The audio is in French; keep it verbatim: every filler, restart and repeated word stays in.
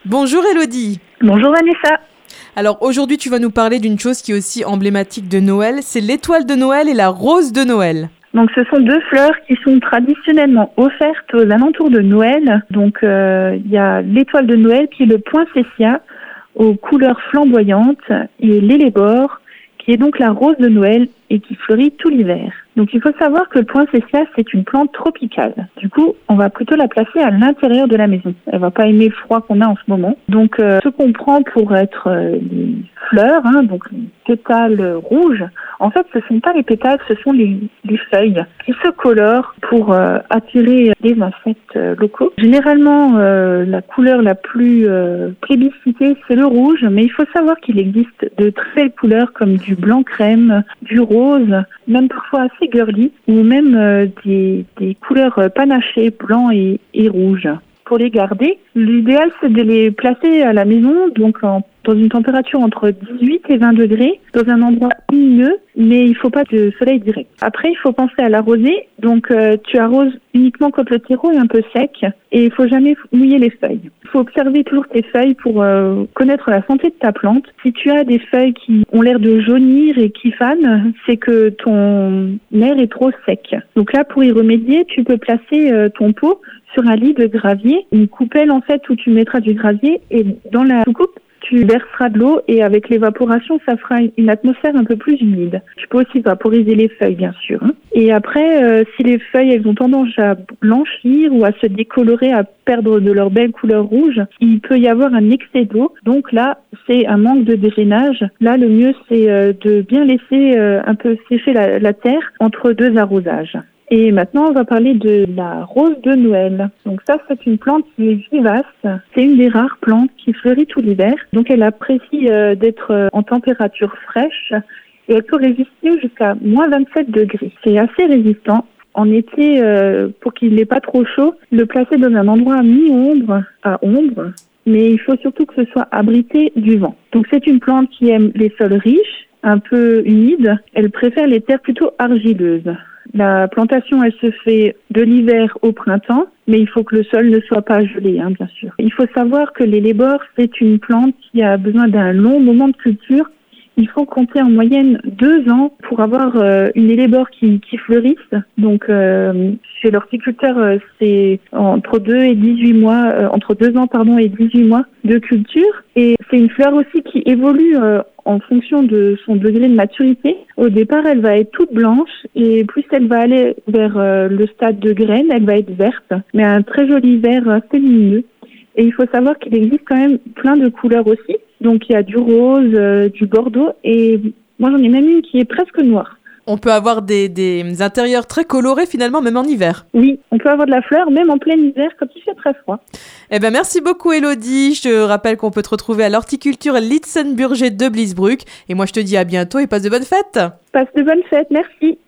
Bonjour Élodie. Bonjour Vanessa. Alors aujourd'hui tu vas nous parler d'une chose qui est aussi emblématique de Noël, c'est l'étoile de Noël et la rose de Noël. Donc ce sont deux fleurs qui sont traditionnellement offertes aux alentours de Noël. Donc il euh, y a l'étoile de Noël qui est le poinsettia aux couleurs flamboyantes et l'élébore qui est donc la rose de Noël et qui fleurit tout l'hiver. Donc il faut savoir que le poinsettia, c'est une plante tropicale. Du coup, on va plutôt la placer à l'intérieur de la maison. Elle va pas aimer le froid qu'on a en ce moment. Donc euh, ce qu'on prend pour être euh, les fleurs, hein, donc les pétales rouges, en fait ce sont pas les pétales, ce sont les, les feuilles qui se colorent pour euh, attirer les insectes euh, locaux. Généralement, euh, la couleur la plus euh, plébiscitée, c'est le rouge, mais il faut savoir qu'il existe de très belles couleurs comme du blanc crème, du rose, même parfois assez girly, ou même euh, des, des couleurs panachées, blanc et, et rouge. Pour les garder, l'idéal c'est de les placer à la maison, donc en, dans une température entre dix-huit et vingt degrés, dans un endroit lumineux, mais il ne faut pas de soleil direct. Après, il faut penser à l'arroser, donc euh, tu arroses uniquement quand le terreau est un peu sec, et il ne faut jamais mouiller les feuilles. Il faut observer toujours tes feuilles pour euh, connaître la santé de ta plante. Si tu as des feuilles qui ont l'air de jaunir et qui fanent, c'est que ton air est trop sec. Donc là, pour y remédier, tu peux placer euh, ton pot sur un lit de gravier, une coupelle en fait où tu mettras du gravier et dans la soucoupe, tu verseras de l'eau et avec l'évaporation, ça fera une atmosphère un peu plus humide. Tu peux aussi vaporiser les feuilles, bien sûr. Hein. Et après, euh, si les feuilles elles ont tendance à blanchir ou à se décolorer, à perdre de leur belle couleur rouge, il peut y avoir un excès d'eau. Donc là, c'est un manque de drainage. Là, le mieux, c'est euh, de bien laisser euh, un peu sécher la, la terre entre deux arrosages. Et maintenant, on va parler de la rose de Noël. Donc ça, c'est une plante qui est vivace. C'est une des rares plantes qui fleurit tout l'hiver. Donc elle apprécie euh, d'être euh, en température fraîche et elle peut résister jusqu'à moins vingt-sept degrés. C'est assez résistant. En été, euh, pour qu'il n'ait pas trop chaud, le placer dans un endroit mi-ombre à ombre. Mais il faut surtout que ce soit abrité du vent. Donc c'est une plante qui aime les sols riches, un peu humides. Elle préfère les terres plutôt argileuses. La plantation, elle se fait de l'hiver au printemps, mais il faut que le sol ne soit pas gelé, hein, bien sûr. Il faut savoir que l'élébore, c'est une plante qui a besoin d'un long moment de culture. Il faut compter en moyenne deux ans pour avoir euh, une élébore qui, qui fleurisse. Donc, euh, chez l'horticulteur, euh, c'est entre deux et dix-huit mois, euh, entre deux ans pardon et dix-huit mois de culture. Et c'est une fleur aussi qui évolue euh, en fonction de son degré de maturité. Au départ, elle va être toute blanche et plus elle va aller vers euh, le stade de graine, elle va être verte, mais un très joli vert assez lumineux. Et il faut savoir qu'il existe quand même plein de couleurs aussi. Donc il y a du rose, euh, du bordeaux et moi j'en ai même une qui est presque noire. On peut avoir des, des intérieurs très colorés finalement, même en hiver. Oui, on peut avoir de la fleur même en plein hiver quand il fait très froid. Eh ben merci beaucoup Élodie. Je te rappelle qu'on peut te retrouver à l'horticulture Litsenburger de Blisbruck. Et moi je te dis à bientôt et passe de bonnes fêtes. Passe de bonnes fêtes, merci.